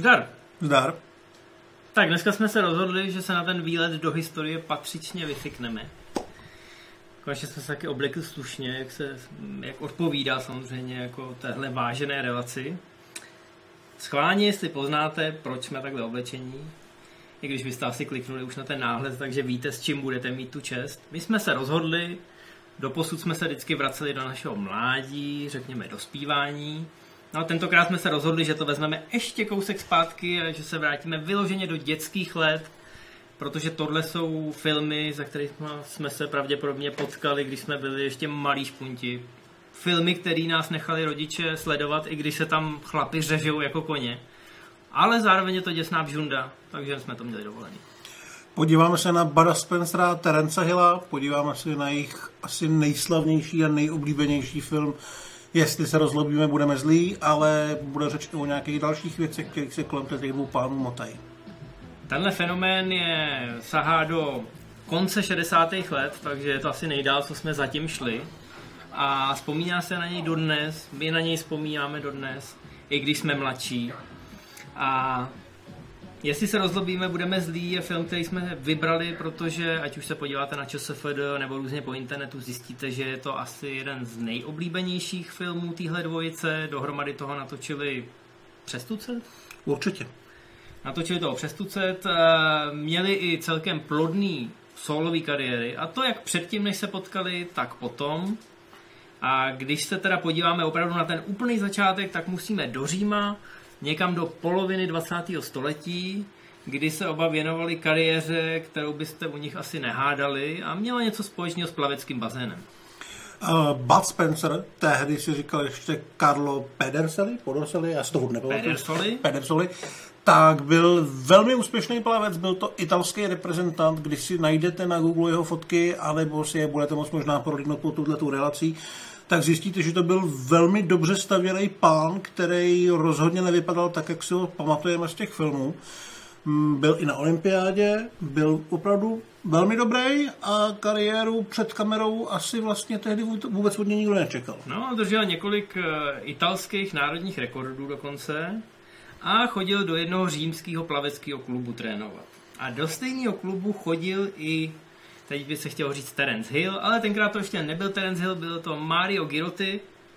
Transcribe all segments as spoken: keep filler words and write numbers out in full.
Zdar. Zdar. Tak dneska jsme se rozhodli, že se na ten výlet do historie patřičně vyfikneme. Konečně jsme se taky oblekli slušně, jak, se, jak odpovídá samozřejmě jako téhle vážené relaci. Schválně, jestli poznáte, proč jsme takhle oblečení, i když byste asi kliknuli už na ten náhled, takže víte, s čím budete mít tu čest. My jsme se rozhodli, doposud jsme se vždycky vraceli do našeho mládí, řekněme dospívání. No a tentokrát jsme se rozhodli, že to vezmeme ještě kousek zpátky a že se vrátíme vyloženě do dětských let, protože tohle jsou filmy, za kterých jsme se pravděpodobně potkali, když jsme byli ještě malí špunti. Filmy, které nás nechali rodiče sledovat, i když se tam chlapi řežou jako koně. Ale zároveň je to děsná bžunda, takže jsme to měli dovolený. Podíváme se na Budda Spencera, Terence Hilla, podíváme se na jejich asi nejslavnější a nejoblíbenější film Jestli se rozlobíme, budeme zlí, ale bude řeč o nějakých dalších věcech, kterých se kolem těch dvou pánů motají. Tenhle fenomén je, sahá do konce šedesátých let, takže je to asi nejdál, co jsme zatím šli. A vzpomíná se na něj dodnes, my na něj vzpomínáme dodnes, i když jsme mladší. A Jestli se rozlobíme, budeme zlí je film, který jsme vybrali, protože ať už se podíváte na ČSFD nebo různě po internetu, zjistíte, že je to asi jeden z nejoblíbenějších filmů téhle dvojice. Dohromady toho natočili přes tucet? Určitě. Natočili toho přes tucet. Měli i celkem plodný sólový kariéry. A to jak předtím, než se potkali, tak potom. A když se teda podíváme opravdu na ten úplný začátek, tak musíme do Říma, někam do poloviny dvacátého století, kdy se oba věnovali kariéře, kterou byste u nich asi nehádali a měla něco společného s plaveckým bazénem. Uh, Bud Spencer, tehdy si říkal ještě Carlo Pedersoli, Pedersoli, já si to vůbec nepamatuji. Pedersoli. Pedersoli. Tak byl velmi úspěšný plavec, byl to italský reprezentant, když si najdete na Google jeho fotky, anebo si je budete moct možná prohlídnout po tuto relací, tak zjistíte, že to byl velmi dobře stavěný pán, který rozhodně nevypadal tak, jak si ho pamatujeme z těch filmů. Byl i na olympiádě, byl opravdu velmi dobrý a kariéru před kamerou asi vlastně tehdy vůbec od něj nikdo nečekal. No, držel několik italských národních rekordů dokonce a chodil do jednoho římského plaveckého klubu trénovat. A do stejného klubu chodil i, teď by se chtěl říct Terence Hill, ale tenkrát to ještě nebyl Terence Hill, byl to Mario Girotti,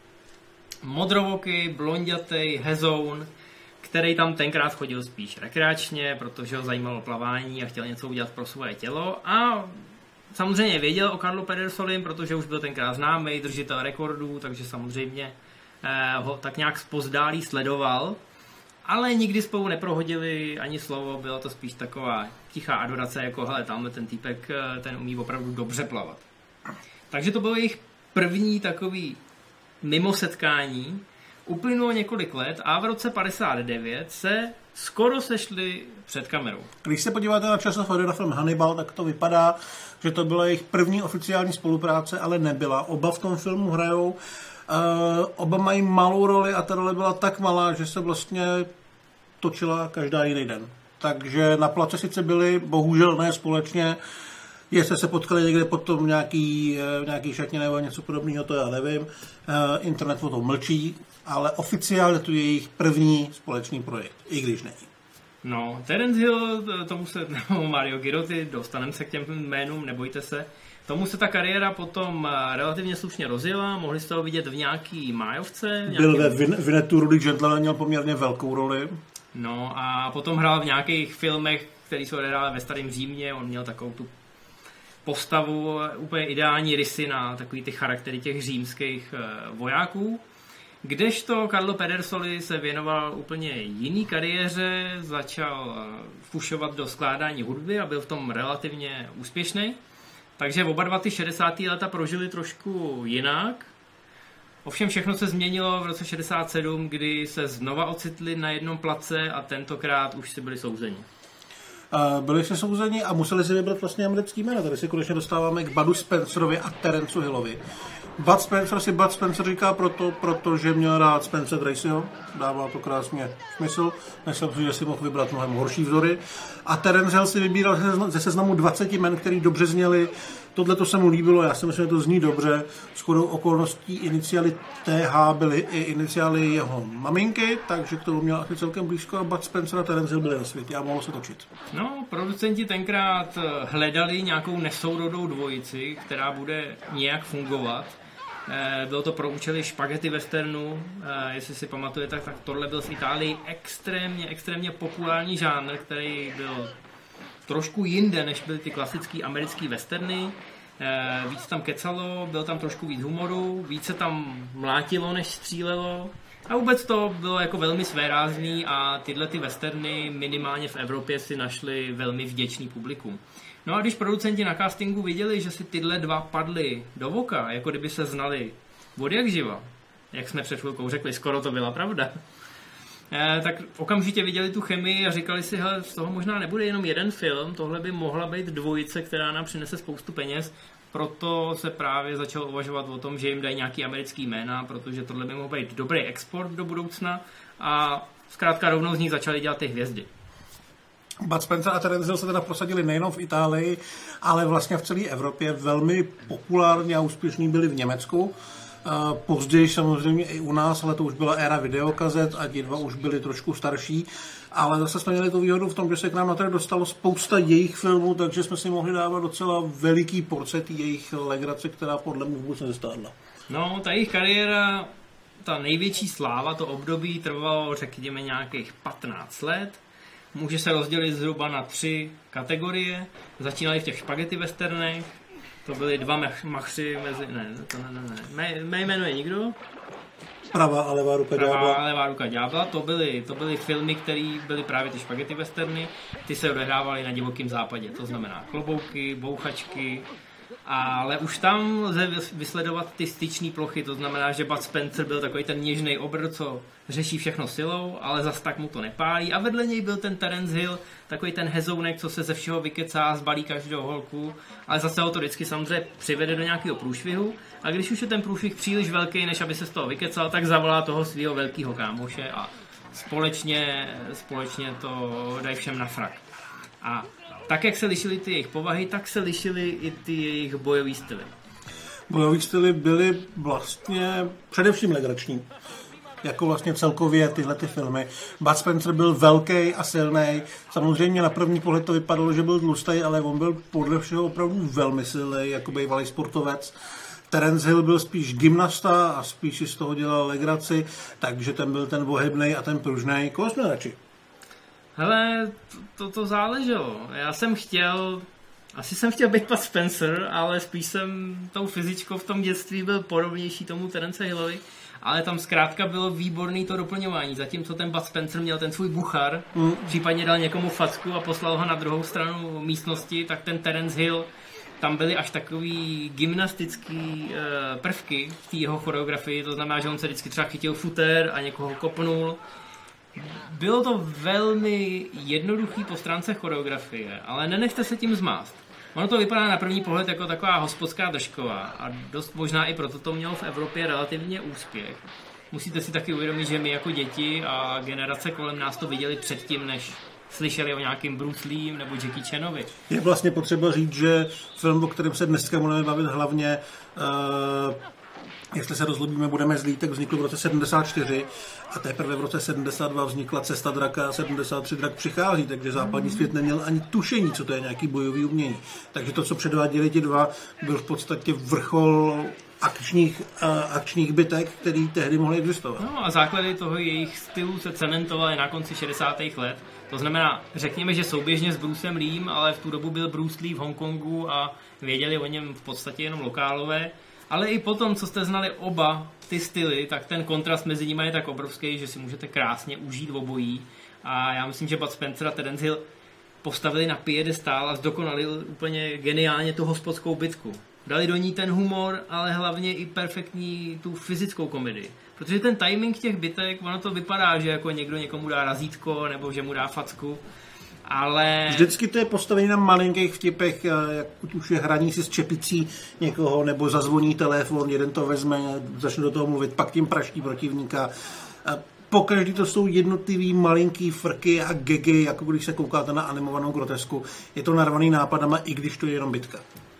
modrovoký, blondětej, hezoun, který tam tenkrát chodil spíš rekreačně, protože ho zajímalo plavání a chtěl něco udělat pro svoje tělo. A samozřejmě věděl o Carlo Pedersolim, protože už byl tenkrát známý, držitel rekordů, takže samozřejmě eh, ho tak nějak zpozdálí sledoval. Ale nikdy spolu neprohodili ani slovo, bylo to spíš taková tichá adorace, jako hele, tamhle ten týpek, ten umí opravdu dobře plavat. Takže to bylo jejich první takový mimo setkání. Uplynulo několik let a v roce padesát devět se skoro sešli před kamerou. Když se podíváte na ČSFD na film Hannibal, tak to vypadá, že to byla jejich první oficiální spolupráce, ale nebyla. Oba v tom filmu hrajou. Uh, oba mají malou roli a ta role byla tak malá, že se vlastně točila každá jiný den. Takže na place sice byli, bohužel ne společně, jestli se potkali někde potom nějaký, nějaký šatně nebo něco podobného, to já nevím. Uh, internet o tom mlčí, ale oficiálně to je jejich první společný projekt, i když není. No, Terence Hill, tomu se, nebo Mario Girotti, dostaneme se k těm jménům, nebojte se. Tomu se ta kariéra potom relativně slušně rozjela, mohli jste ho vidět v nějaký májovce. Nějaký... Byl ve Vin- Vinetu Rudy Gentleman, měl poměrně velkou roli. No a potom hrál v nějakých filmech, který se odehrály ve Starém Římě, on měl takovou tu postavu, úplně ideální rysy na takový ty charaktery těch římských vojáků. Kdežto Carlo Pedersoli se věnoval úplně jiný kariéře, začal fušovat do skládání hudby a byl v tom relativně úspěšný. Takže oba dva ty šedesátá léta prožili trošku jinak. Ovšem všechno se změnilo v roce šedesát sedm, kdy se znova ocitli na jednom place a tentokrát už si byli souzeni. Byli si souzeni a museli si vybrat vlastně americký jméno. Tady se konečně dostáváme k Buddu Spencerovi a Terencu Hillovi. Bud Spencer si Bud Spencer říká proto, protože měl rád Spencer Tracyho. Dává to krásně smysl. Myslím si, že si mohl vybrat mnohem horší vzory. A Terence Hill si vybíral ze seznamu dvaceti men, který dobře zněli. Tohle to se mu líbilo, já si myslím, že to zní dobře. Shodou okolností iniciály T H byly i iniciály jeho maminky, takže k tomu měl asi celkem blízko a Bud Spencer a Terence Hill byli na světě a mohlo se točit. No, producenti tenkrát hledali nějakou nesourodou dvojici, která bude nějak fungovat. Bylo to pro účely špagety westernu, jestli si pamatujete, tak tohle byl v Itálii extrémně, extrémně populární žánr, který byl trošku jinde, než byly ty klasický americký westerny. Víc tam kecalo, byl tam trošku víc humoru, víc se tam mlátilo, než střílelo. A vůbec to bylo jako velmi svérázný a tyhle ty westerny minimálně v Evropě si našli velmi vděčný publikum. No a když producenti na castingu viděli, že si tyhle dva padly do voka, jako kdyby se znali od jak živa, jak jsme před chvilkou řekli, skoro to byla pravda, eh, tak okamžitě viděli tu chemii a říkali si, hele, z toho možná nebude jenom jeden film, tohle by mohla být dvojice, která nám přinese spoustu peněz, proto se právě začalo uvažovat o tom, že jim dají nějaký americký jména, protože tohle by mohl být dobrý export do budoucna a zkrátka rovnou z nich začali dělat ty hvězdy. Bud Spencer a Terence Hill se teda prosadili nejenom v Itálii, ale vlastně v celé Evropě. Velmi populární a úspěšní byli v Německu. Později samozřejmě i u nás, ale to už byla éra videokazet a ti dva už byli trošku starší. Ale zase jsme měli tu výhodu v tom, že se k nám na trh dostalo spousta jejich filmů, takže jsme si mohli dávat docela veliký porce jejich legrace, která podle mě vůbec nezestárla. No, ta jejich kariéra, ta největší sláva, to období trvalo, řekněme, nějakých patnáct let. Může se rozdělit zhruba na tři kategorie. Začínali v těch špagety westernech. To byly dva machři mezi... Ne, to ne, ne, ne. Mé, mé jméno je nikdo. Pravá a levá ruka ďábla. Pravá a levá ruka ďábla. To byly, to byly filmy, které byly právě ty špagety westerny. Ty se odehrávaly na divokém západě. To znamená klobouky, bouchačky. Ale už tam lze vysledovat ty styční plochy, to znamená, že Bud Spencer byl takový ten něžnej obr, co řeší všechno silou, ale zas tak mu to nepálí. A vedle něj byl ten Terence Hill, takový ten hezounek, co se ze všeho vykecá, zbalí každou holku, ale zase ho to vždycky samozřejmě přivede do nějakého průšvihu. A když už je ten průšvih příliš velký, než aby se z toho vykecal, tak zavolá toho svého velkého kámoše a společně, společně to dají všem na frak. A tak, jak se lišily ty jejich povahy, tak se lišily i ty jejich bojový styly. Bojový styly byly vlastně především legrační. Jako vlastně celkově tyhle ty filmy. Bud Spencer byl velký a silný. Samozřejmě na první pohled to vypadalo, že byl tlustý, ale on byl podle všeho opravdu velmi silný, jako bývalý sportovec. Terence Hill byl spíš gymnasta a spíš si z toho dělal legraci, takže ten byl ten bohebnej a ten pružnej. Koho jsme radši? Hele, to, to, to záleželo. Já jsem chtěl, asi jsem chtěl být Bud Spencer, ale spíš jsem tou fyzičkou v tom dětství byl podobnější tomu Terence Hillovi, ale tam zkrátka bylo výborný to doplňování. Zatímco ten Bud Spencer měl ten svůj buchar, mm. případně dal někomu facku a poslal ho na druhou stranu místnosti, tak ten Terence Hill, tam byly až takový gymnastický uh, prvky v té jeho choreografii, to znamená, že on se vždycky třeba chytil futér a někoho kopnul. Bylo to velmi jednoduchý po stránce choreografie, ale nenechte se tím zmást. Ono to vypadá na první pohled jako taková hospodská držková a dost možná i proto to mělo v Evropě relativně úspěch. Musíte si taky uvědomit, že my jako děti a generace kolem nás to viděli předtím, než slyšeli o nějakým Bruce Leem nebo Jackie Chanovi. Je vlastně potřeba říct, že film, o kterém se dneska budeme bavit hlavně, uh... jestli se rozlobíme, budeme zlí, tak vznikl v roce sedmdesát čtyři a teprve v roce sedmdesát dva vznikla Cesta draka a sedmdesát tři Drak přichází, takže západní svět neměl ani tušení, co to je nějaký bojový umění. Takže to, co předváděli ti dva, byl v podstatě vrchol akčních, uh, akčních bitek, který tehdy mohly existovat. No a základy toho jejich stylu se cementovaly na konci šedesátých let. To znamená, řekněme, že souběžně s Brucem Leem, ale v tu dobu byl Bruce Lee v Hongkongu a věděli o něm v podstatě jenom lokálové. Ale i potom, co jste znali oba ty styly, tak ten kontrast mezi nimi je tak obrovský, že si můžete krásně užít obojí. A já myslím, že Bud Spencer a Terence Hill postavili na piedestál a zdokonalili úplně geniálně tu hospodskou bitku. Dali do ní ten humor, ale hlavně i perfektní tu fyzickou komedii. Protože ten timing těch bitek, ono to vypadá, že jako někdo někomu dá razítko nebo že mu dá facku. Ale... Vždycky to je postavené na malinkých vtipech, jak už je hraní si s čepicí někoho, nebo zazvoní telefon, jeden to vezme, začne do toho mluvit, pak tím praští protivníka. Pokaždý to jsou jednotlivý malinký frky a gegy, jako když se koukáte na animovanou grotesku. Je to narvaný nápadama, i když to je jenom bitka.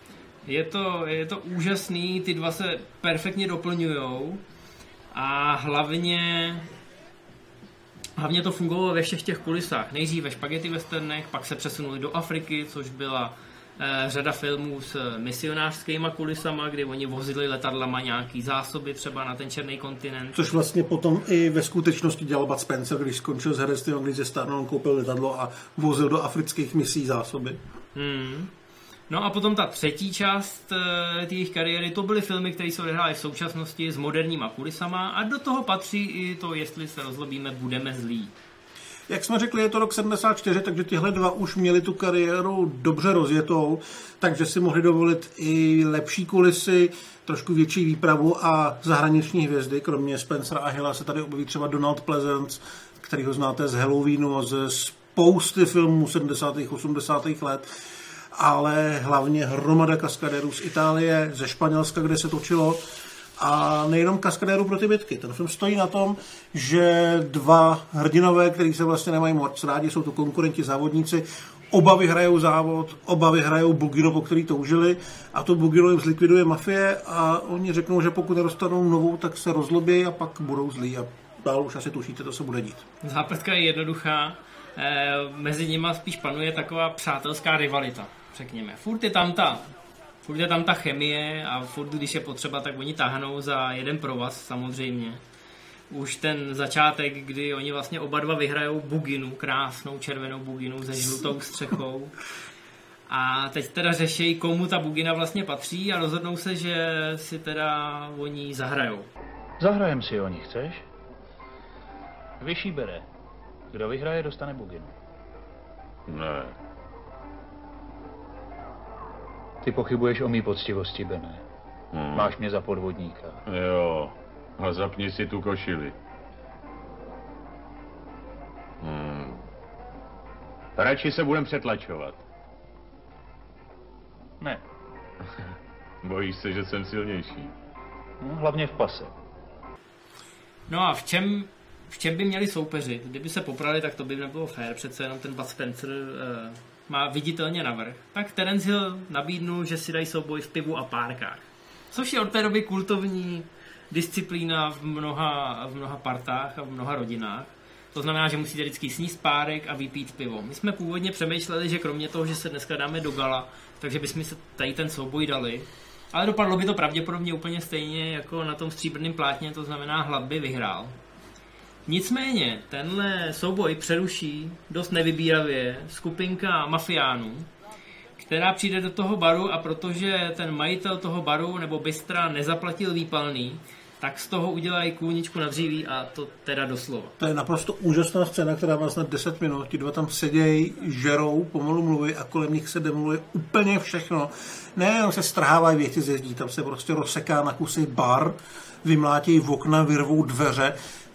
Je to, je to úžasný, ty dva se perfektně doplňujou a hlavně hlavně to fungovalo ve všech těch kulisách. Nejdřív ve špagety westernech, pak se přesunuli do Afriky, což byla eh, řada filmů s misionářskýma kulisama, kdy oni vozili letadlama nějaký zásoby třeba na ten černý kontinent. Což vlastně potom i ve skutečnosti dělal Bud Spencer, když skončil s herectvím, když ze stárnou, on koupil letadlo a vozil do afrických misí zásoby. Hmm. No a potom ta třetí část e, té jejich kariéry, to byly filmy, které se odehrály v současnosti s moderníma kulisama a do toho patří i to, jestli se rozlobíme, budeme zlí. Jak jsme řekli, je to rok sedmdesát čtyři, takže tyhle dva už měli tu kariéru dobře rozjetou, takže si mohli dovolit i lepší kulisy, trošku větší výpravu a zahraniční hvězdy. Kromě Spencera a Hilla se tady objeví třeba Donald Pleasence, kterýho znáte z Halloweenu a ze spousty filmů sedmdesátých osmdesátých let, ale hlavně hromada kaskadérů z Itálie, ze Španělska, kde se točilo, a nejenom kaskadérů pro ty bitky. Ten film stojí na tom, že dva hrdinové, kteří se vlastně nemají moc rádi, jsou to konkurenti, závodníci, oba vyhrajou závod, oba vyhrajou bugino, po který toužili, a to bugino jim zlikviduje mafie a oni řeknou, že pokud nedostanou novou, tak se rozlobí a pak budou zlí a dál už asi tušíte, to se bude dít. Zápletka je jednoduchá, e, mezi nima spíš panuje taková přátelská rivalita, řekněme. Furt je tam ta Furt je tam ta chemie a furt, když je potřeba, tak oni táhnou za jeden provaz, samozřejmě. Už ten začátek, kdy oni vlastně oba dva vyhrajou buginu, krásnou červenou buginu se žlutou střechou. A teď teda řeší, komu ta bugina vlastně patří a rozhodnou se, že si teda oni zahrajou. Zahrajem si o ní, chceš? Vyšší bere. Kdo vyhraje, dostane buginu. Ne. Ty pochybuješ o mý poctivosti, Bene. Hmm. Máš mě za podvodníka. Jo, a zapni si tu košili. Hmm. Radši se budem přetlačovat. Ne. Bojíš se, že jsem silnější? No, hlavně v pase. No a v čem, v čem by měli soupeřit? Kdyby se poprali, tak to by nebylo fér. Přece jenom ten Bud Spencer uh, má viditelně navrch. Tak Terence Hill nabídnul, že si dají souboj v pivu a párkách. Což je od té doby kultovní disciplína v mnoha, v mnoha partách a v mnoha rodinách. To znamená, že musíte vždycky sníst párek a vypít pivo. My jsme původně přemýšleli, že kromě toho, že se dneska dáme do gala, takže bychom se tady ten souboj dali. Ale dopadlo by to pravděpodobně úplně stejně jako na tom stříbrném plátně, to znamená, hlad by vyhrál. Nicméně, tenhle souboj přeruší dost nevybíravě skupinka mafiánů, která přijde do toho baru a protože ten majitel toho baru nebo bystra nezaplatil výpalný, tak z toho udělají kůničku na dříví a to teda doslova. To je naprosto úžasná scéna, která má snad deset minut. Ti dva tam sedějí, žerou, pomalu mluví a kolem nich se demoluje úplně všechno. Ne, jenom se strhávají věci ze zdí, tam se prostě rozseká na kusy bar, vymlátějí v okna, vyrvou dveře.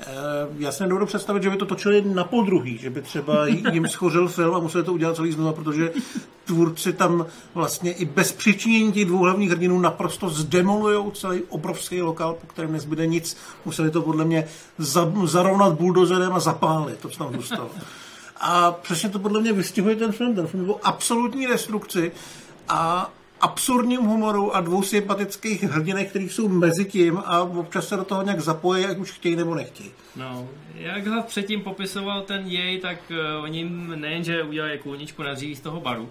Já si nedovedu představit, že by to točili na podruhý, že by třeba jim schořil film a museli to udělat celý znova, protože tvůrci tam vlastně i bez přičinění těch dvou hlavních hrdinů naprosto zdemolujou celý obrovský lokál, po kterém nezbyde nic. Museli to podle mě zarovnat buldozerem a zapálit, to, co tam zůstalo. A přesně to podle mě vystihuje ten film. Ten film byl absolutní destrukci a absurdním humoru a dvou sympatických hrdinek, kteří jsou mezi tím a občas se do toho nějak zapojí, jak už chtějí nebo nechtějí. No, jak ho předtím popisoval ten jej, tak uh, oni nejenže udělají kůničku na dříví z toho baru,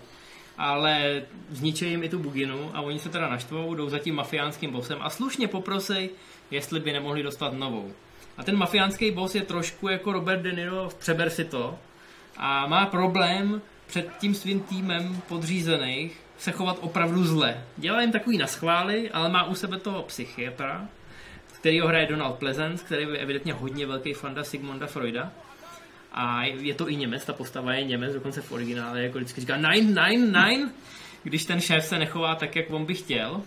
ale zničí jim i tu buginu a oni se teda naštvou, jdou za tím mafiánským bosem a slušně poprosej, jestli by nemohli dostat novou. A ten mafiánský boss je trošku jako Robert De Niro v Přeber si to a má problém před tím svým týmem podřízených se chovat opravdu zle. Dělá jim takový naschvály, ale má u sebe toho psychiatra, který ho hraje Donald Pleasence, který je evidentně hodně velký fanda Sigmunda Freuda. A je to i Němec, ta postava je Němec, dokonce v originále, jako vždycky říká nein, nein, nein, když ten šéf se nechová tak, jak on by chtěl.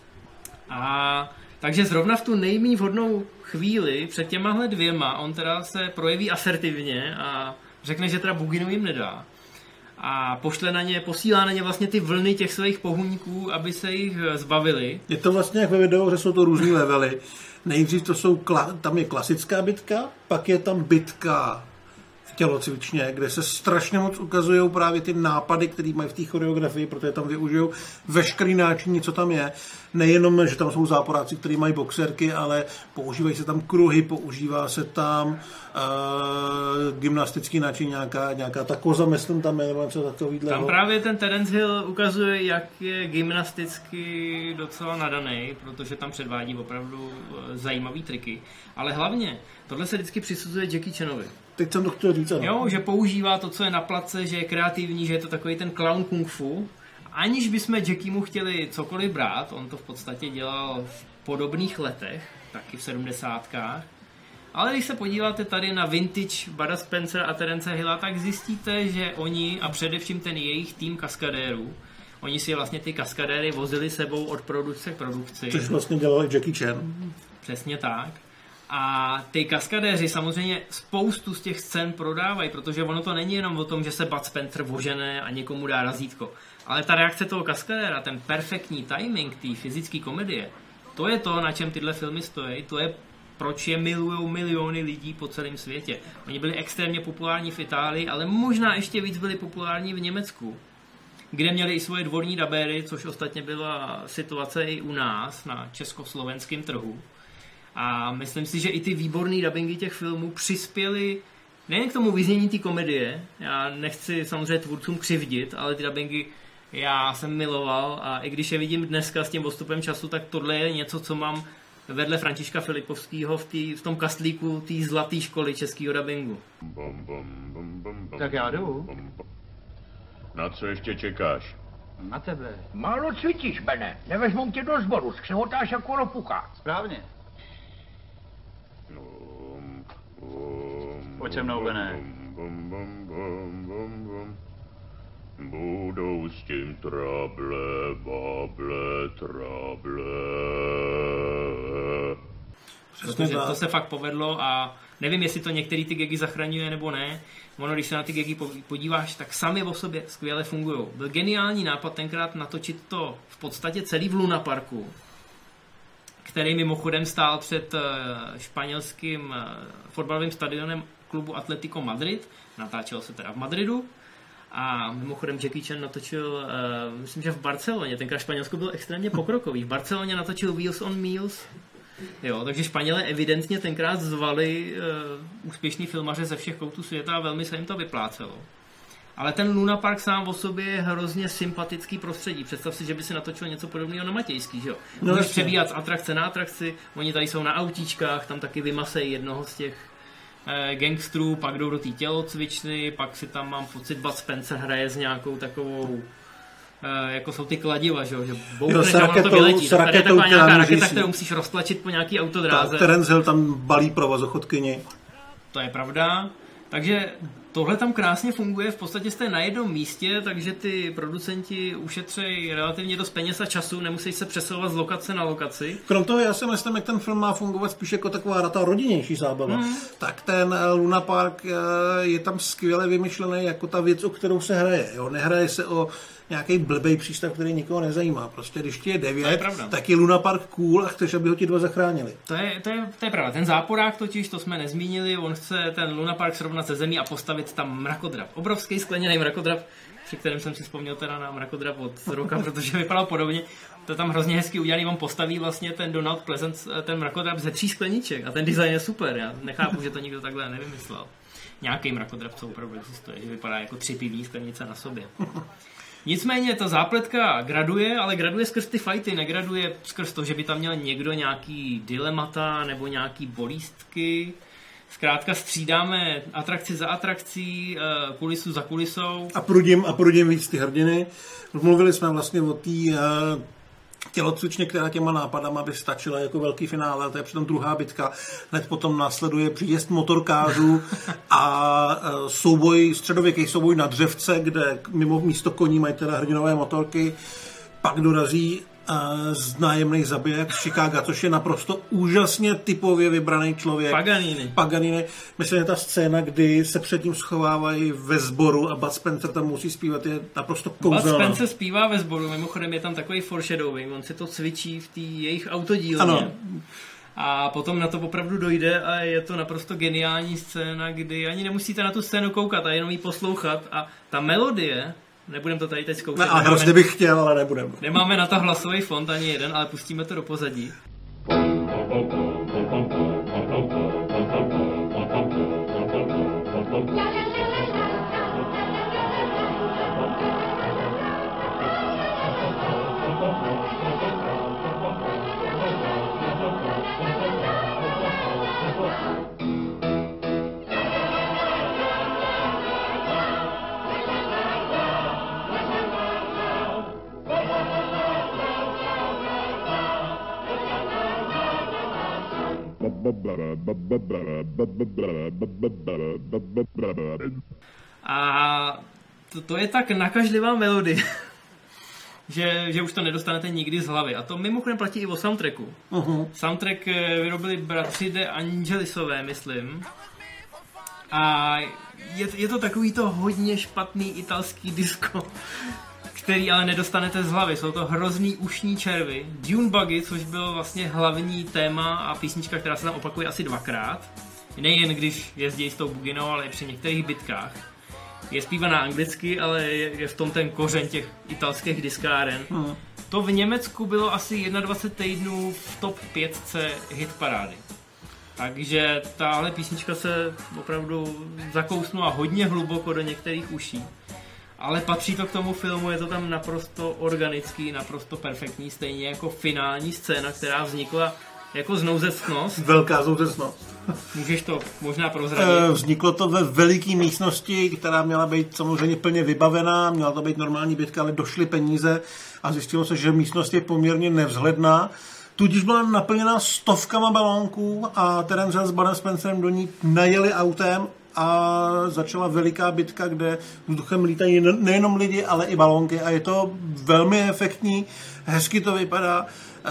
A takže zrovna v tu nejméně vhodnou chvíli před těmahle dvěma on teda se projeví asertivně a řekne, že teda buginu jim nedá. A pošle na ně, posílá na ně vlastně ty vlny těch svých pohůníků, aby se jich zbavili. Je to vlastně jak ve videu, že jsou to různý levely. Nejdřív to jsou, tam je klasická bitka, pak je tam bitka v tělocvičně, kde se strašně moc ukazují právě ty nápady, které mají v té choreografii, protože tam využijou veškerý náčiní, co tam je. Nejenom, že tam jsou záporáci, kteří mají boxerky, ale používají se tam kruhy, používá se tam uh, gymnastický náčiní, nějaká, nějaká ta koza, myslím tam je, nebo něco takovýhle. Tam právě ten Terence Hill ukazuje, jak je gymnasticky docela nadaný, protože tam předvádí opravdu zajímavý triky. Ale hlavně, tohle se vždycky přisuzuje Jackie Chanovi. Teď jsem to chtěl říct, ano. Jo, že používá to, co je na place, že je kreativní, že je to takový ten clown kung fu. Aniž bychom Jackiemu chtěli cokoliv brát, on to v podstatě dělal v podobných letech, taky v sedmdesátkách. Ale když se podíváte tady na vintage Buda Spencera a Terence Hilla, tak zjistíte, že oni a především ten jejich tým kaskadérů, oni si vlastně ty kaskadéry vozili sebou od produkce k produkci. Což vlastně dělali Jackie Chan. Přesně tak. A ty kaskadéři samozřejmě spoustu z těch scén prodávají, protože ono to není jenom o tom, že se Bud Spencer vožene a někomu dá razítko. Ale ta reakce toho kaskadéra, ten perfektní timing té fyzické komedie, to je to, na čem tyhle filmy stojí, to je proč je milujou miliony lidí po celém světě. Oni byli extrémně populární v Itálii, ale možná ještě víc byli populární v Německu, kde měli i svoje dvorní dabéry, což ostatně byla situace i u nás na československém trhu. A myslím si, že i ty výborné dabingy těch filmů přispěly nejen k tomu vyznění té komedie. Já nechci samozřejmě tvůrcům křivdit, ale ty dabingy já jsem miloval a i když je vidím dneska s tím postupem času, tak tohle je něco, co mám vedle Františka Filipovského v, tý, v tom kastlíku té zlaté školy českého dabingu. Tak já jdu. Na co ještě čekáš? Na tebe. Málo cvičíš, Bene. Nevezmou tě do sboru, skřevotáš jako ropucha. Správně. Pojď se mnou, Bene. Budou s tím trable, bable, trable. Protože to se fakt povedlo a nevím, jestli to některý ty gagy zachraňuje nebo ne. Ono, když se na ty gagy podíváš, tak sami o sobě skvěle fungují. Byl geniální nápad tenkrát natočit to v podstatě celý v Luna Parku, který mimochodem stál před španělským fotbalovým stadionem klubu Atletico Madrid. Natáčelo se teda v Madridu. A mimochodem Jackie Chan natočil, uh, myslím, že v Barceloně. Tenkrát Španělsko bylo extrémně pokrokový. V Barceloně natočil Wheels on Meals. Jo, takže Španělé evidentně tenkrát zvali uh, úspěšný filmaře ze všech koutů světa a velmi se jim to vyplácelo. Ale ten Luna Park sám o sobě je hrozně sympatický prostředí. Představ si, že by si natočil něco podobného na Matějský, že jo? No, můžeš přebíhat z atrakce na atrakci, oni tady jsou na autíčkách, tam taky vymasejí jednoho z těch eh, gangstrů, pak jdou do té tělocvičny, pak si tam, mám pocit, Bud Spencer hraje s nějakou takovou, eh, jako jsou ty kladiva, že jo? Že boukneš a ono to vyletí. Tady je taková nějaká raketa, kterou musíš roztlačit po nějaký autodráze. Terence Hill tam balí provazochodkyni. To je pravda. Takže tohle tam krásně funguje, v podstatě jste na jednom místě, takže ty producenti ušetřejí relativně dost peněz a času, nemusí se přesouvat z lokace na lokaci. Krom toho, já si myslím, jak ten film má fungovat spíš jako taková ta rodinnější zábava, hmm. tak ten Luna Park je tam skvěle vymyšlený jako ta věc, o kterou se hraje. Jo? Nehraje se o nějaký blbej přístav, který nikoho nezajímá. Prostě když ti je devět, je tak je Luna Park cool a chceš, aby ho ti dva zachránili. To je, to, je, to je pravda. Ten záporák totiž, to jsme nezmínili, on chce ten Luna Park srovnat se zemí a postavit tam mrakodrap. Obrovský skleněný mrakodrap, při kterém jsem si vzpomněl teda na mrakodrap od roka, protože vypadal podobně. To je tam hrozně hezky udělaný, on postaví vlastně ten Donald Pleasence, ten mrakodrap ze tří skleniček a ten design je super. Já nechápu, že to nikdo takhle nevymyslel. Nějaký mrakodrap, co opravdu existuje, že vypadá jako tři pivní sklenice na sobě. Nicméně ta zápletka graduje, ale graduje skrz ty fighty, negraduje skrz to, že by tam měl někdo nějaký dilemata nebo nějaký bolístky. Zkrátka střídáme atrakci za atrakcí, kulisu za kulisou. A prudím, a prudím víc ty hrdiny. Mluvili jsme vlastně o té uh, tělocvičně, která těma nápadama by stačila jako velký finále, to je přitom druhá bitka. Hned potom následuje příjezd motorkářů a uh, souboj, středověký souboj na dřevce, kde mimo místo koní mají teda hrdinové motorky. Pak dorazí z nájemnej zabiják z Chicaga, což je naprosto úžasně typově vybraný člověk. Paganini. Paganini. Myslím, že ta scéna, kdy se předtím schovávají ve sboru a Bud Spencer tam musí zpívat, je naprosto kouzelná. Bud Spencer zpívá ve sboru, mimochodem je tam takový foreshadowing, on si to cvičí v té jejich autodílně. Ano. A potom na to opravdu dojde a je to naprosto geniální scéna, kdy ani nemusíte na tu scénu koukat a jenom ji poslouchat a ta melodie, nebudem to tady teď zkoušet. Ne, ale hrozně bych chtěl, ale nebudem. Nemáme na to hlasový fond ani jeden, ale pustíme to do pozadí. A to, to je tak nakažlivá melodie, že, že už to nedostanete nikdy z hlavy. A to mimochodem platí i o soundtracku. Uh-huh. Soundtrack vyrobili bratři De Angelisové, myslím. A je, je to takový to hodně špatný italský disco, který ale nedostanete z hlavy. Jsou to hrozný ušní červy. Dune Buggy, což byl vlastně hlavní téma a písnička, která se tam opakuje asi dvakrát. Nejen když jezdí s tou buginou, ale i při některých bitkách. Je zpívaná anglicky, ale je, je v tom ten kořen těch italských diskáren. Hmm. To v Německu bylo asi dvacet jedna týdnů v top pětce hitparády. Takže tahle písnička se opravdu zakousnula hodně hluboko do některých uší. Ale patří to k tomu filmu, je to tam naprosto organický, naprosto perfektní, stejně jako finální scéna, která vznikla jako znouzectnost. Velká znouzectnost. Můžeš to možná prozradit? E, vzniklo to ve veliké místnosti, která měla být samozřejmě plně vybavená, měla to být normální bitka, ale došly peníze a zjistilo se, že místnost je poměrně nevzhledná. Tudíž byla naplněná stovkama balónků a Terence Hill s Budem Spencerem do ní najeli autem a začala veliká bitka, kde vzduchem lítají nejenom lidi, ale i balónky a je to velmi efektní, hezky to vypadá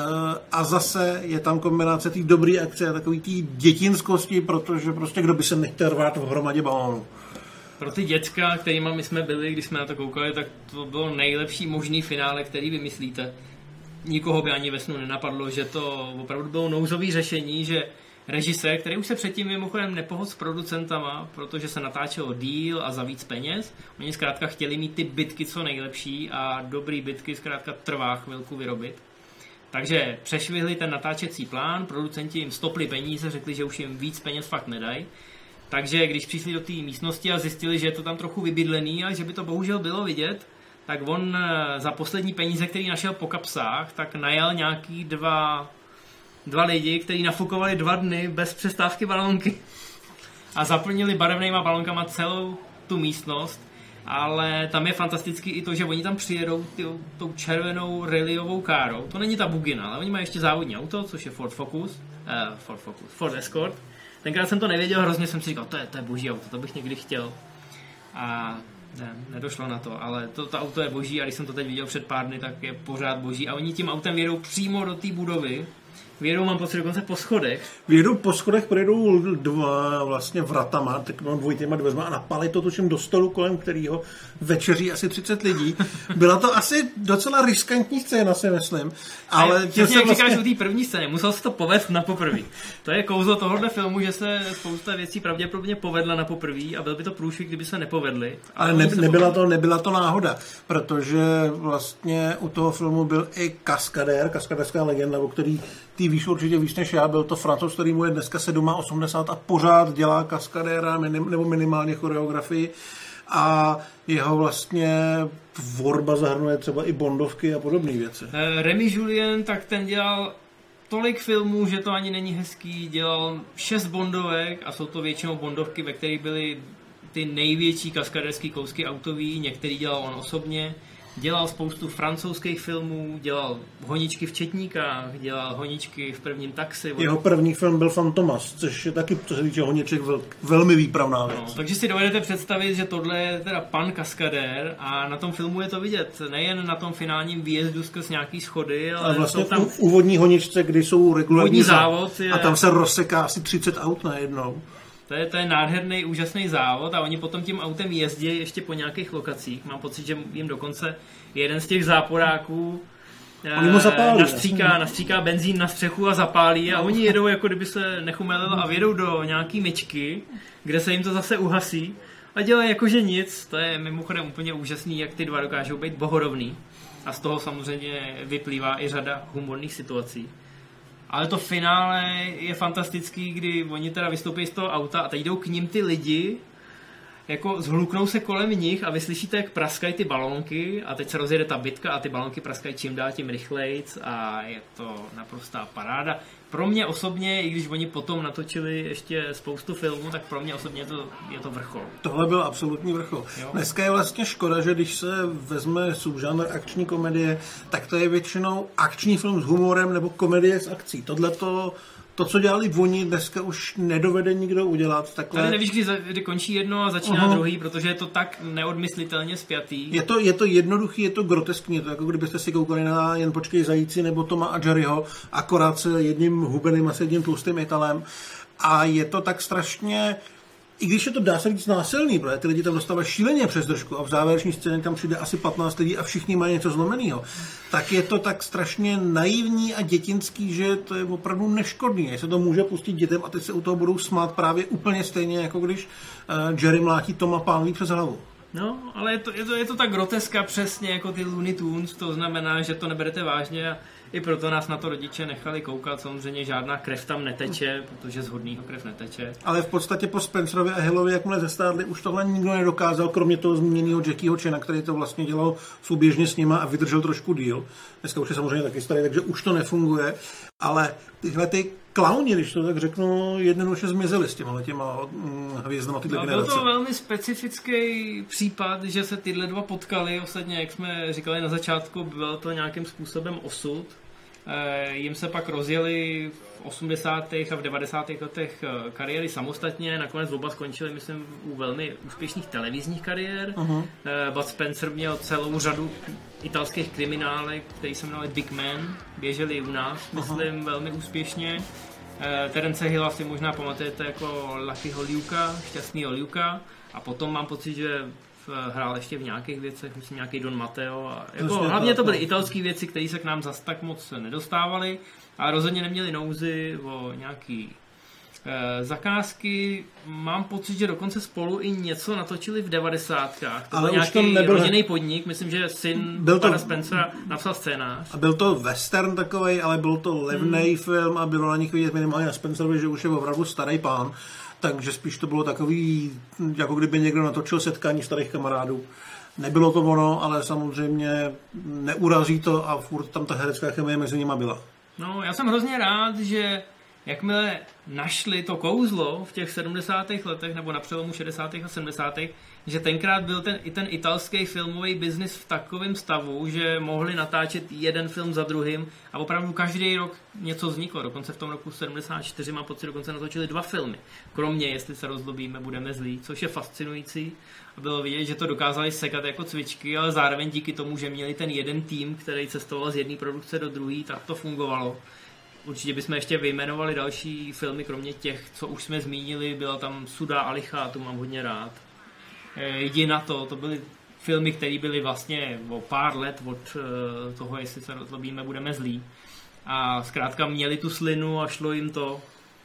a zase je tam kombinace té dobré akce a takový té dětinskosti, protože prostě kdo by se nechtěl rvát v hromadě balónů. Pro ty děcka, kterýma my jsme byli, když jsme na to koukali, tak to bylo nejlepší možný finále, který vymyslíte. Nikoho by ani ve snu nenapadlo, že to opravdu bylo nouzové řešení, že režisér, který už se předtím mimochodem nepohodl s producentama, protože se natáčelo díl a za víc peněz. Oni zkrátka chtěli mít ty bitky co nejlepší a dobrý bitky zkrátka trvá chvilku vyrobit. Takže přešvihli ten natáčecí plán, producenti jim stopli peníze, řekli, že už jim víc peněz fakt nedají. Takže když přišli do té místnosti a zjistili, že je to tam trochu vybydlený a že by to bohužel bylo vidět, tak on za poslední peníze, který našel po kapsách, tak najal nějaký dva... dva lidi, kteří nafukovali dva dny bez přestávky balónky a zaplnili barevnýma balónkama celou tu místnost, ale tam je fantastický i to, že oni tam přijedou ty, tou červenou rallyovou károu. To není ta bugina, ale oni mají ještě závodní auto, což je Ford Focus, uh, Ford Focus, Ford Escort. Tenkrát jsem to nevěděl, hrozně jsem si říkal, to je, to je boží auto, to bych někdy chtěl. A ne, nedošlo na to, ale to, to auto je boží a když jsem to teď viděl před pár dny, tak je pořád boží a oni tím autem jedou přímo do té budovy. Vědou, mám pocit, dokonce po schodech. Vědou po schodech, projedou dva vlastně vratama, tak mám dvojitýma dveřma a napali to tuším do stolu, kolem kterého večeří asi třicet lidí. Byla to asi docela riskantní scéna, si myslím. Ale tím se vlastně... říkáš o té první scéně, musel se to povést na poprví. To je kouzlo tohohle filmu, že se spousta věcí pravděpodobně povedla na poprví a byl by to průšvih, kdyby se nepovedly. Ale ne, nebyla, to, nebyla to náhoda, protože vlastně u toho filmu byl i kaskadér, kaskadérská legenda, o který ty víš určitě víc než já, byl to Francouz, který mu je dneska osmdesát sedm a pořád dělá kaskadéra minim, nebo minimálně choreografii a jeho vlastně tvorba zahrnuje třeba i bondovky a podobné věci. Remy Julien, tak ten dělal tolik filmů, že to ani není hezký, dělal šest bondovek a jsou to většinou bondovky, ve kterých byly ty největší kaskadérský kousky autový, některý dělal on osobně. Dělal spoustu francouzských filmů, dělal honičky v Četníkách, dělal honičky v Prvním taxi. Jeho první film byl Fantomas, což je taky, co se týče honiček, vel, velmi výpravná věc. No, takže si dovedete představit, že tohle je teda pan kaskadér a na tom filmu je to vidět. Nejen na tom finálním výjezdu skrz nějaký schody, ale, ale vlastně jsou tam... v úvodní honičce, kdy jsou regulární závod je... a tam se rozseká asi třicet aut najednou. To je, to je nádherný, úžasný závod a oni potom tím autem jezdí ještě po nějakých lokacích. Mám pocit, že jim dokonce jeden z těch záporáků Oni mu zapálí, nastříká, nastříká benzín na střechu a zapálí a oni jedou, jako kdyby se nechumelilo a vědou do nějaký myčky, kde se jim to zase uhasí a dělají jakože nic. To je mimochodem úplně úžasný, jak ty dva dokážou být bohorovný a z toho samozřejmě vyplývá i řada humorných situací. Ale to finále je fantastický, kdy oni teda vystoupí z toho auta a teď jdou k ním ty lidi, jako zhluknou se kolem nich a vy slyšíte, jak praskají ty balónky a teď se rozjede ta bitka a ty balónky praskají čím dál tím rychlejc a je to naprostá paráda. Pro mě osobně, i když oni potom natočili ještě spoustu filmů, tak pro mě osobně je to, je to vrchol. Tohle byl absolutní vrchol. Jo? Dneska je vlastně škoda, že když se vezme subžánr akční komedie, tak to je většinou akční film s humorem nebo komedie s akcí. Tohle to To, co dělali oni, dneska už nedovede nikdo udělat. Takhle... Tady nevíš, kdy, kdy končí jedno a začíná uh-huh. druhý, protože je to tak neodmyslitelně spjatý. Je to, je to jednoduchý, je to groteskní, je to jako kdybyste si koukali na Jen počkej zajíci nebo Toma a Jerryho, akorát s jedním hubeným a s jedním tlustým Italem. A je to tak strašně... I když je to, dá se říct, násilný, protože ty lidi tam dostávají šíleně přes držku a v závěrečné scéně tam přijde asi patnáct lidí a všichni mají něco zlomenýho, tak je to tak strašně naivní a dětinský, že to je opravdu neškodný. Se to může pustit dětem a teď se u toho budou smát právě úplně stejně, jako když uh, Jerry mlátí Toma pánví přes hlavu. No, ale je to, je, to, je to tak groteska přesně jako ty Looney Tunes, to znamená, že to neberete vážně a i proto nás na to rodiče nechali koukat. Samozřejmě žádná krev tam neteče, protože z hodnýho krev neteče. Ale v podstatě po Spencerovi a Hillovi, jakmile zestárli, už tohle nikdo nedokázal, kromě toho zmíněného Jackieho Chana, který to vlastně dělal souběžně s nima a vydržel trošku díl. Dneska už je samozřejmě taky starý, takže už to nefunguje. Ale tyhle ty klauni, když to tak řeknu, jednoduše zmizeli s těma těma hm, hvězdama tyhle no, generace. Byl to velmi specifický případ, že se tyhle dva potkali. Ostatně, jak jsme říkali na začátku, byl to nějakým způsobem osud. E, jim se pak rozjeli v osmdesátých a v devadesátých letech kariéry samostatně. Nakonec oba skončili, myslím, u velmi úspěšných televizních kariér. Uh-huh. E, Bud Spencer měl celou řadu italských kriminálek, který se jmenoval Big Man. Běželi u nás, myslím, uh-huh. velmi úspěšně. E, Terence Hilla si možná pamatujete jako Luckyho Luka, šťastnýho Luka. A potom mám pocit, že hrál ještě v nějakých věcech, myslím nějaký Don Matteo. A jako, hlavně to byly italské věci, které se k nám zas tak moc nedostávaly, a rozhodně neměli nouzy o nějaký e, zakázky. Mám pocit, že dokonce spolu i něco natočili v devadesátkách. To ale byl už to nějaký nebyl rodinný podnik, myslím, že syn byl to... pana Spencera napsal scénář. A byl to western takovej, ale byl to levnej hmm. film a bylo na nich vidět minimálně na Spencerovi, že už je opravdu starý pán. Takže spíš to bylo takový, jako kdyby někdo natočil setkání starých kamarádů. Nebylo to ono, ale samozřejmě neurazí to a furt tam ta herecká chemie mezi nima byla. No, já jsem hrozně rád, že jakmile našli to kouzlo v těch sedmdesátých letech nebo na přelomu šedesátých a sedmdesátých, že tenkrát byl ten, i ten italský filmový biznis v takovém stavu, že mohli natáčet jeden film za druhým a opravdu každý rok něco vzniklo. Dokonce v tom roku sedmdesát čtyři mám pocit, dokonce natočili dva filmy. Kromě Jestli se rozlobíme, budeme zlí, což je fascinující. A bylo vidět, že to dokázali sekat jako cvičky, ale zároveň díky tomu, že měli ten jeden tým, který cestoval z jedné produkce do druhé, tak to fungovalo. Určitě bychom ještě vyjmenovali další filmy, kromě těch, co už jsme zmínili. Byla tam Suda a Licha, tu mám hodně rád. Jdi na to, to byly filmy, které byly vlastně o pár let od toho, jestli se rozlobíme, budeme zlí. A zkrátka měli tu slinu a šlo jim to.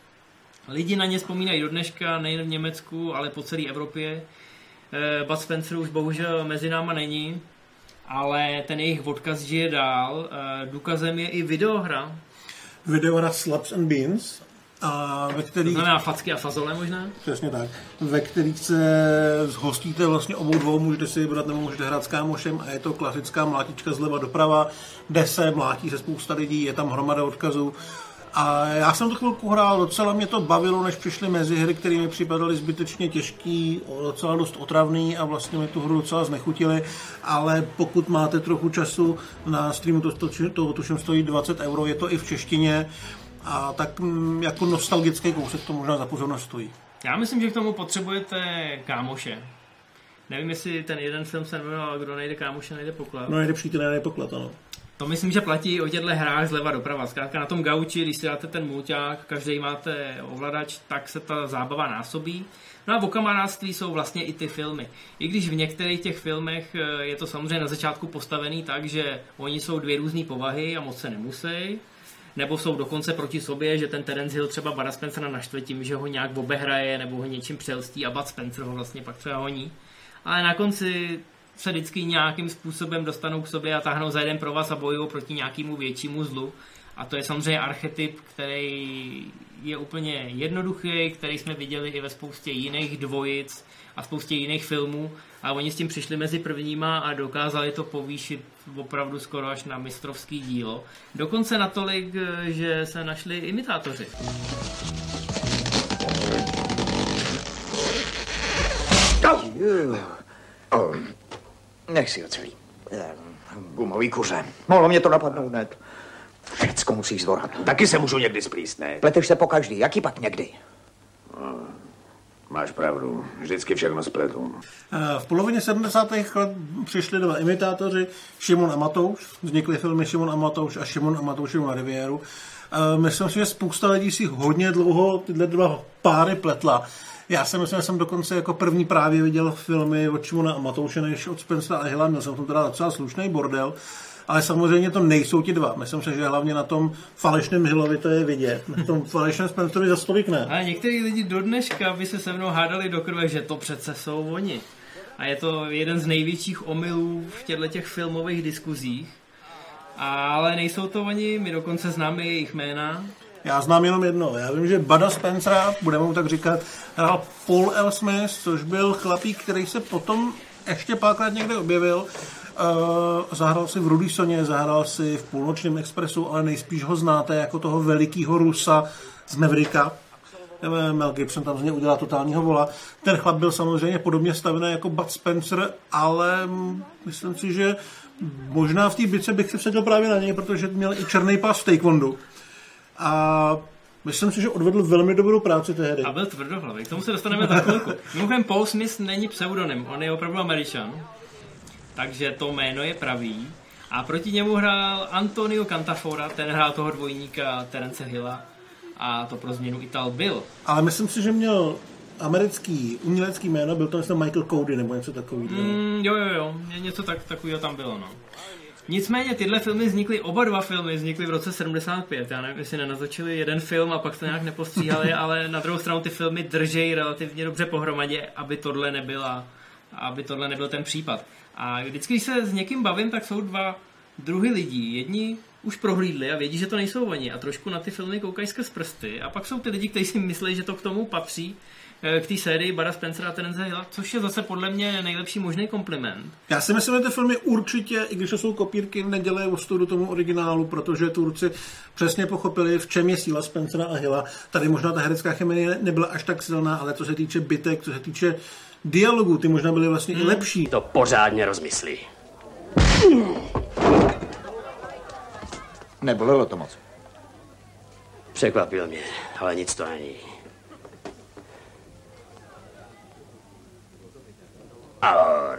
Lidi na ně vzpomínají do dneška, nejen v Německu, ale po celé Evropě. Bud Spencer už bohužel mezi náma není, ale ten jejich odkaz žije dál. Důkazem je i videohra. Videohra Slaps and Beans. A ve kterých... To znamená facky a fazole možná? Přesně tak. Ve kterých se zhostíte vlastně obou dvou, můžete si vybrat nebo můžete hrát s kámošem a je to klasická mlátička zleva doprava, kde se mlátí se spousta lidí, je tam hromada odkazů. A já jsem to chvilku hrál, docela mě to bavilo, než přišly mezihry, které mi připadaly zbytečně těžký, docela dost otravný a vlastně mi tu hru docela znechutili, ale pokud máte trochu času na streamu, to, to, to tuším stojí dvacet euro, je to i v češtině, a tak m, jako nostalgický kousek to možná za pozornost stojí. Já myslím, že k tomu potřebujete kámoše. Nevím, jestli ten jeden film se jmenoval Kdo nejde kámoše, nejde poklad. No, nejde přítel, nejde poklad, ano. To myslím, že platí o těchto hrách zleva doprava. Zkrátka na tom gauči, když si dáte ten mulťák, každý máte ovladač, tak se ta zábava násobí. No a v kamarádství jsou vlastně i ty filmy. I když v některých těch filmech je to samozřejmě na začátku postavený tak, že oni jsou dvě různé povahy a moc se nemusí, nebo jsou dokonce proti sobě, že ten Terence Hill třeba Bada Spencera naštve tím, že ho nějak obehraje nebo ho něčím přelstí a Bud Spencer ho vlastně pak třeba honí. Ale na konci se vždycky nějakým způsobem dostanou k sobě a táhnou za jeden provaz a bojují proti nějakému většímu zlu. A to je samozřejmě archetyp, který je úplně jednoduchý, který jsme viděli i ve spoustě jiných dvojic a spoustě jiných filmů. A oni s tím přišli mezi prvníma a dokázali to povýšit opravdu skoro až na mistrovský dílo. Dokonce natolik, že se našli imitátoři. Oh. Nech si ho celý. Gumový kuře. Mohlo mě to napadnout hned. Všecko musíš zvládat. Taky se můžu někdy splíst, ne? Pleteš se pokaždý, jaký pak někdy? No, máš pravdu, vždycky všechno spletu. V polovině sedmdesátých let přišli dva imitátoři, Šimon a Matouš. Vznikly filmy Šimon a Matouš a Šimon a Matouš na riviéru. Myslím si, že spousta lidí si hodně dlouho tyhle dva páry pletla. Já si myslím, že jsem dokonce jako první právě viděl filmy od Šimona a Matouše než od Spencera a Hilla. Měl jsem tam teda docela slušný bordel, ale samozřejmě to nejsou ti dva. Myslím si, že hlavně na tom falešném Hillovi to je vidět. Na tom falešném Spencerovi za stolik ne. Ale některý lidi do dneška by se se mnou hádali do krve, že to přece jsou oni. A je to jeden z největších omylů v těchto těch filmových diskuzích. Ale nejsou to oni, my dokonce známe jejich jména. Já znám jenom jedno. Já vím, že Buda Spencera, budeme mu tak říkat, hrál Paul L. Smith, což byl chlapík, který se potom ještě párkrát někde objevil. Uh, zahrál si v Rudý Soně, zahrál si v Půlnočním expresu, ale nejspíš ho znáte jako toho velikýho Rusa z Mavericka. Mel Gibson tam z něj udělal totálního vola. Ten chlap byl samozřejmě podobně stavený jako Bud Spencer, ale myslím si, že možná v té bice bych se vsadil právě na něj, protože měl i černý pás v taekwondu. A myslím si, že odvedl velmi dobrou práci tehdy. A byl tvrdohlavý. K tomu se dostaneme za chvilku. Mimochodem Paul Smith není pseudonym, on je opravdu Američan. Takže to jméno je pravý. A proti němu hrál Antonio Cantafora, ten hrál toho dvojníka Terence Hilla. A to pro změnu Ital byl. Ale myslím si, že měl americký umělecký jméno, byl to myslím Michael Cody nebo něco takového. Mm, jo, jo, jo, něco tak, takového tam bylo, no. Nicméně tyhle filmy vznikly, oba dva filmy vznikly v roce sedmdesát pět. Já nevím, jestli nenatočili jeden film a pak to nějak nepostříhali, ale na druhou stranu ty filmy držejí relativně dobře pohromadě, aby tohle nebyla, aby tohle nebyl ten případ. A vždycky, když se s někým bavím, tak jsou dva druhy lidí. Jedni už prohlídli a vědí, že to nejsou oni a trošku na ty filmy koukají skrz prsty. A pak jsou ty lidi, kteří si myslí, že to k tomu patří, k té sérii Buda Spencera a Terence Hilla, což je zase podle mě nejlepší možný kompliment. Já si myslím, že ty filmy určitě, i když to jsou kopírky, nedělají ostudu tomu originálu, protože Turci přesně pochopili, v čem je síla Spencera a Hilla. Tady možná ta herecká chemie nebyla až tak silná, ale co se týče bitek, co se týče dialogů, ty možná byly vlastně hmm. i lepší. To pořádně rozmyslí. Nebolelo to moc. Překvapil mě, ale nic to není. Alor.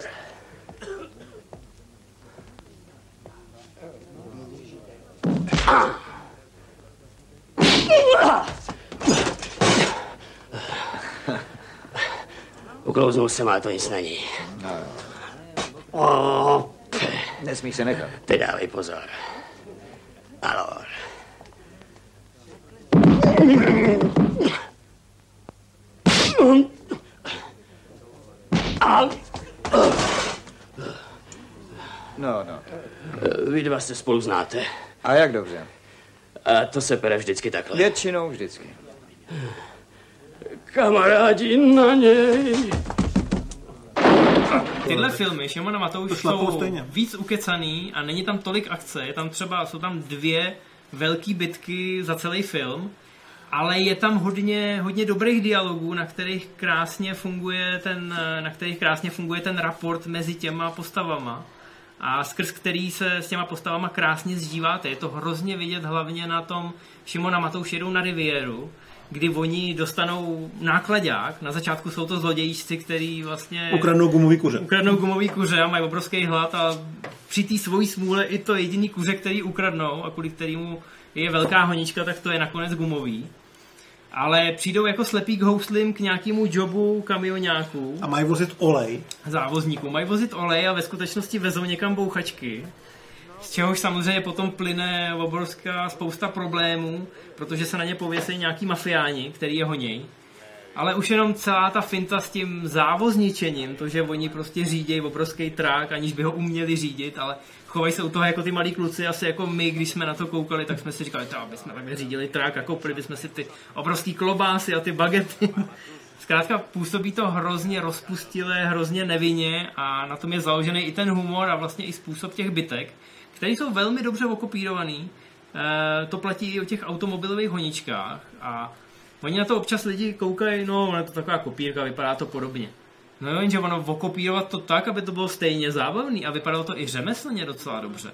Uklouznul jsem, ale to nic není. No. Oh. Nesmíš se nechat. Ty dávej pozor. Alor. No, no. Vy dva se spolu znáte. A jak dobře? A to se pere vždycky takhle. Většinou vždycky. Kamarádi na něj. Tyhle filmy Šimona Matouš jsou víc ukecaný a není tam tolik akce. Je tam třeba, jsou tam dvě velké bitky za celý film, ale je tam hodně, hodně dobrých dialogů, na kterých krásně funguje ten, na kterých krásně funguje ten raport mezi těma postavama. A skrz který se s těma postavama krásně zžíváte. Je to hrozně vidět hlavně na tom Šimona Matouš jedou na riviéru, kdy oni dostanou nákladák. Na začátku jsou to zlodějíčci, který vlastně... Ukradnou gumový kuře. Ukradnou gumový kuře a mají obrovský hlad a při té svojí smůle i to jediný kuře, který ukradnou a kvůli kterému je velká honička, tak to je nakonec gumový. Ale přijdou jako slepý k houslím k nějakému jobu kamionáků. A mají vozit olej. Závozníků. Mají vozit olej a ve skutečnosti vezou někam bouchačky. Z čehož samozřejmě potom plyne obrovská spousta problémů, protože se na ně pověsejí nějaký mafiáni, který je honěj. Ale už jenom celá ta finta s tím závozničením, to, že oni prostě řídějí obrovský trák, aniž by ho uměli řídit, ale chovají se u toho jako ty malí kluci, asi jako my, když jsme na to koukali, tak jsme si říkali, to aby jsme takhle řídili trák a koupili bychom si ty obrovský klobásy a ty bagety. Zkrátka působí to hrozně rozpustilé, hrozně nevinně a na tom je založený i ten humor a vlastně i způsob těch bitek, které jsou velmi dobře okopírovaný. E, to platí i o těch automobilových honičkách a oni na to občas lidi koukají, no, je to taková kopírka, vypadá to podobně. No jenže ono okopírovat to tak, aby to bylo stejně zábavný a vypadalo to i řemeslně docela dobře.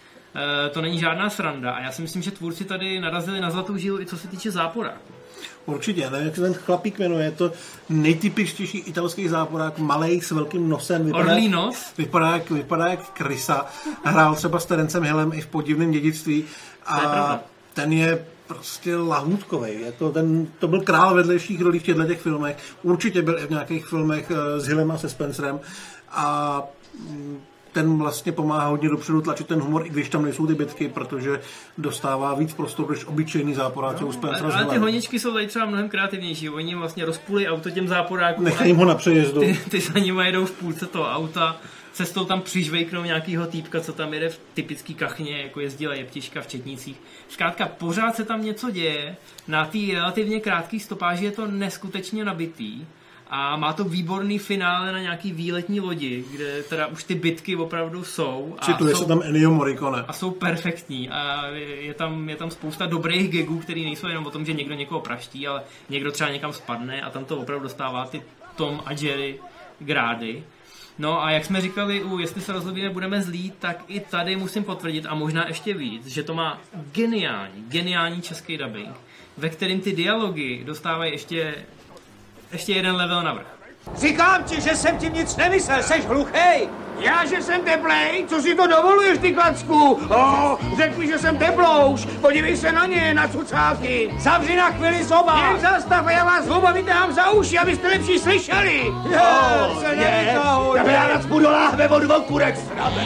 E, to není žádná sranda a já si myslím, že tvůrci tady narazili na zlatou žilu i co se týče záporáku. Určitě, nevím, jak se ten chlapík jmenuje, je to nejtypičtější italský záporák, malej s velkým nosem. Vypadá, Orlý nos? Vypadá jak, vypadá jak krysa. Hrál třeba s Terencem Hillem i v Podivném dědictví a ten je prostě lahůdkovej. Jako ten, to byl král vedlejších rolí v těchto těch filmech. Určitě byl i v nějakých filmech s Hillem a se Spencerem a ten vlastně pomáhá hodně dopředu tlačit ten humor, i když tam nejsou ty bitky, protože dostává víc prostoru než obyčejný záporáci u Spencera. Ale, ale ty honičky jsou tady třeba mnohem kreativnější. Oni vlastně rozpůlí auto těm záporákům. Nechají ho na přejezdu. Ty, ty za nimi jedou v půlce toho auta, cestou tam přižvejknou nějakýho týpka, co tam jede v typický kachně, jako jezdila jeptiška v Četnicích. Zkrátka pořád se tam něco děje. Na té relativně krátké stopáži je to neskutečně nabitý. A má to výborný finále na nějaký výletní lodi, kde teda už ty bitky opravdu jsou. Cituje se tam Ennio Morricone. A jsou perfektní. A je tam, je tam spousta dobrých gagů, které nejsou jenom o tom, že někdo někoho praští, ale někdo třeba někam spadne a tam to opravdu dostává ty Tom a Jerry grády. No a jak jsme říkali, u Jestli se rozlobíme, budeme zlí, tak i tady musím potvrdit a možná ještě víc, že to má geniální, geniální český dubbing, ve kterým ty dialogy dostávají ještě Ještě jeden level navrch. Říkám ti, že jsem ti nic nemyslel, seš hluchej! Já, že jsem teplej? Co si to dovoluješ, ty klacku? Oh, řekl mi, že jsem teplouš. Podívej se na ně, na cucáky. Zavři na chvíli zoba. Jen zastav a já vás oba vytahám za uši, abyste lepší slyšeli. Oh, se nevytahuj. Tebe já nacpu do láhve od vlkurek srabe.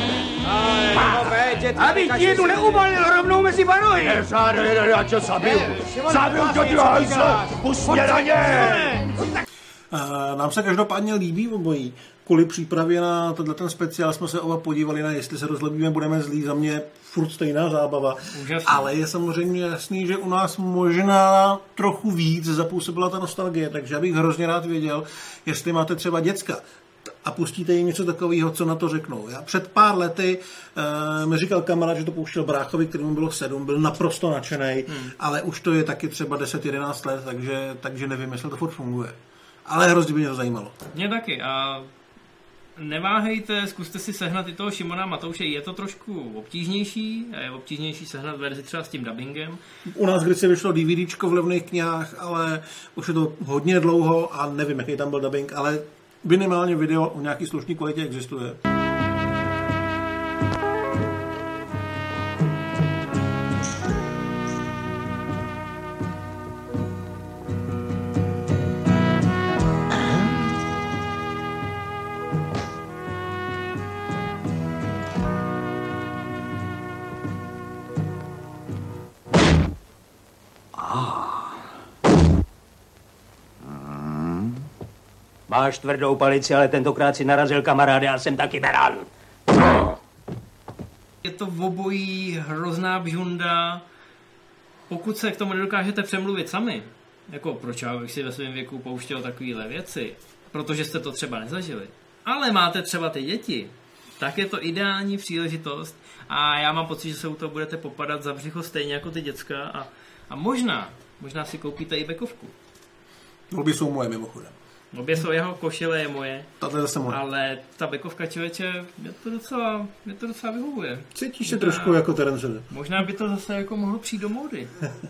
Abych ti jednu neubalil rovnou mezi banohy. Neřádej, já tě zabiju. Zabiju tě, ty hajzle. Pust mě na ně. Nám se každopádně líbí obojí. Kvůli přípravě na tenhle ten speciál jsme se oba podívali na Jestli se rozlobíme, budeme zlí. Za mě furt stejná zábava. Úžasný. Ale je samozřejmě jasný, že u nás možná trochu víc zapůsobila ta nostalgie, takže já bych hrozně rád věděl, jestli máte třeba děcka a pustíte jim něco takového, co na to řeknou. Já před pár lety uh, mi říkal kamarád, že to pouštěl bráchovi, kterému bylo sedm, byl naprosto nadšenej, hmm. ale už to je taky třeba deset jedenáct let, takže, takže nevím, jestli to furt funguje. Ale hrozně by mě to zajímalo. Mě taky. A neváhejte, zkuste si sehnat i toho Šimona Matouše. Je to trošku obtížnější. Je obtížnější sehnat verzi třeba s tím dubbingem. U nás kdysi vyšlo DVDčko v levných knihách, ale už je to hodně dlouho a nevím, jaký tam byl dubbing, ale minimálně video o nějaký slušný kvalitě existuje. Máš tvrdou palici, ale tentokrát si narazil kamaráde, já jsem taky beran. Je to v obojí hrozná bžunda. Pokud se k tomu nedokážete přemluvit sami, jako proč já bych si ve svém věku pouštěl takovéhle věci, protože jste to třeba nezažili, ale máte třeba ty děti, tak je to ideální příležitost a já mám pocit, že se u toho budete popadat za břicho stejně jako ty děcka a, a možná, možná si koupíte i bekovku. Obě jsou moje mimochodem. Obě jsou jeho, košile je moje. Tato je zase moje. Ale ta bekovka, člověče, mě to docela, mě to docela vyhovuje. Cítíš se trošku jako Terence. Možná by to zase jako mohlo přijít do módy.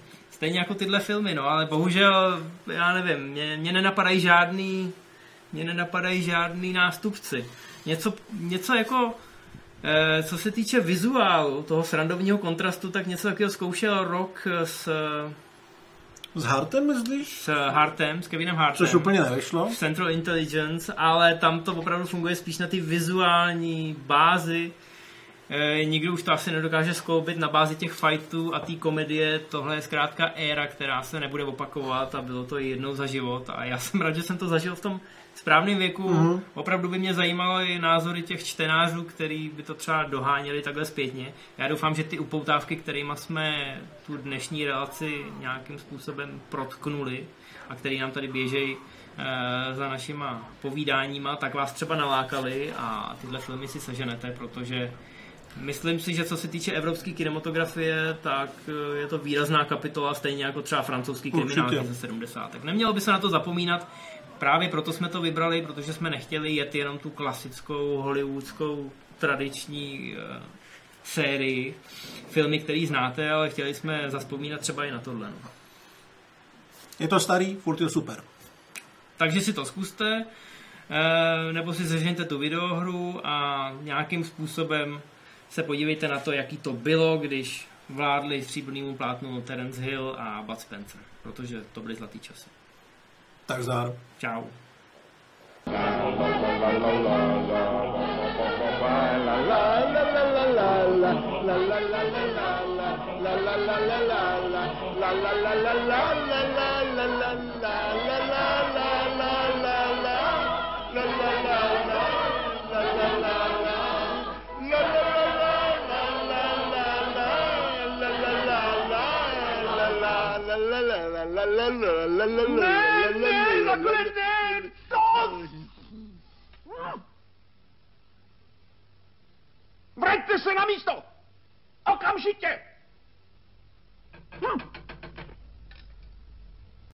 Stejně jako tyhle filmy, no, ale bohužel, já nevím, mě, mě nenapadají žádný, mě nenapadají žádný nástupci. Něco, něco jako, eh, co se týče vizuálu, toho srandovního kontrastu, tak něco takového zkoušel Rock s... S Hartem, myslíš? S Hartem, s Kevinem Hartem. Což úplně nevyšlo. Central Intelligence, ale tam to opravdu funguje spíš na ty vizuální bázi. E, nikdo už to asi nedokáže skloubit na bázi těch fightů a té komedie. Tohle je zkrátka éra, která se nebude opakovat a bylo to i jednou za život. A já jsem rád, že jsem to zažil v tom správném věku. Mm-hmm. Opravdu by mě zajímaly názory těch čtenářů, který by to třeba doháněli takhle zpětně. Já doufám, že ty upoutávky, kterými jsme tu dnešní relaci nějakým způsobem protknuli a který nám tady běžejí e, za našima povídáníma, tak vás třeba nalákali a tyhle filmy si seženete, protože myslím si, že co se týče evropské kinematografie, tak je to výrazná kapitola, stejně jako třeba francouzský kriminálky ze sedmdesátek. Nemělo by se na to zapomínat, právě proto jsme to vybrali, protože jsme nechtěli jet jenom tu klasickou hollywoodskou tradiční uh, sérii, filmy, který znáte, ale chtěli jsme zazpomínat třeba i na tohle. No. Je to starý, furt je super. Takže si to zkuste, nebo si sežeňte tu videohru a nějakým způsobem se podívejte na to, jaký to bylo, když vládli stříbrnému plátnu Terence Hill a Bud Spencer, protože to byly zlatý časy. Tak zdar. Čau. Ne, ne, nakonec ne, to! Vraťte se na místo! Okamžitě! Hm.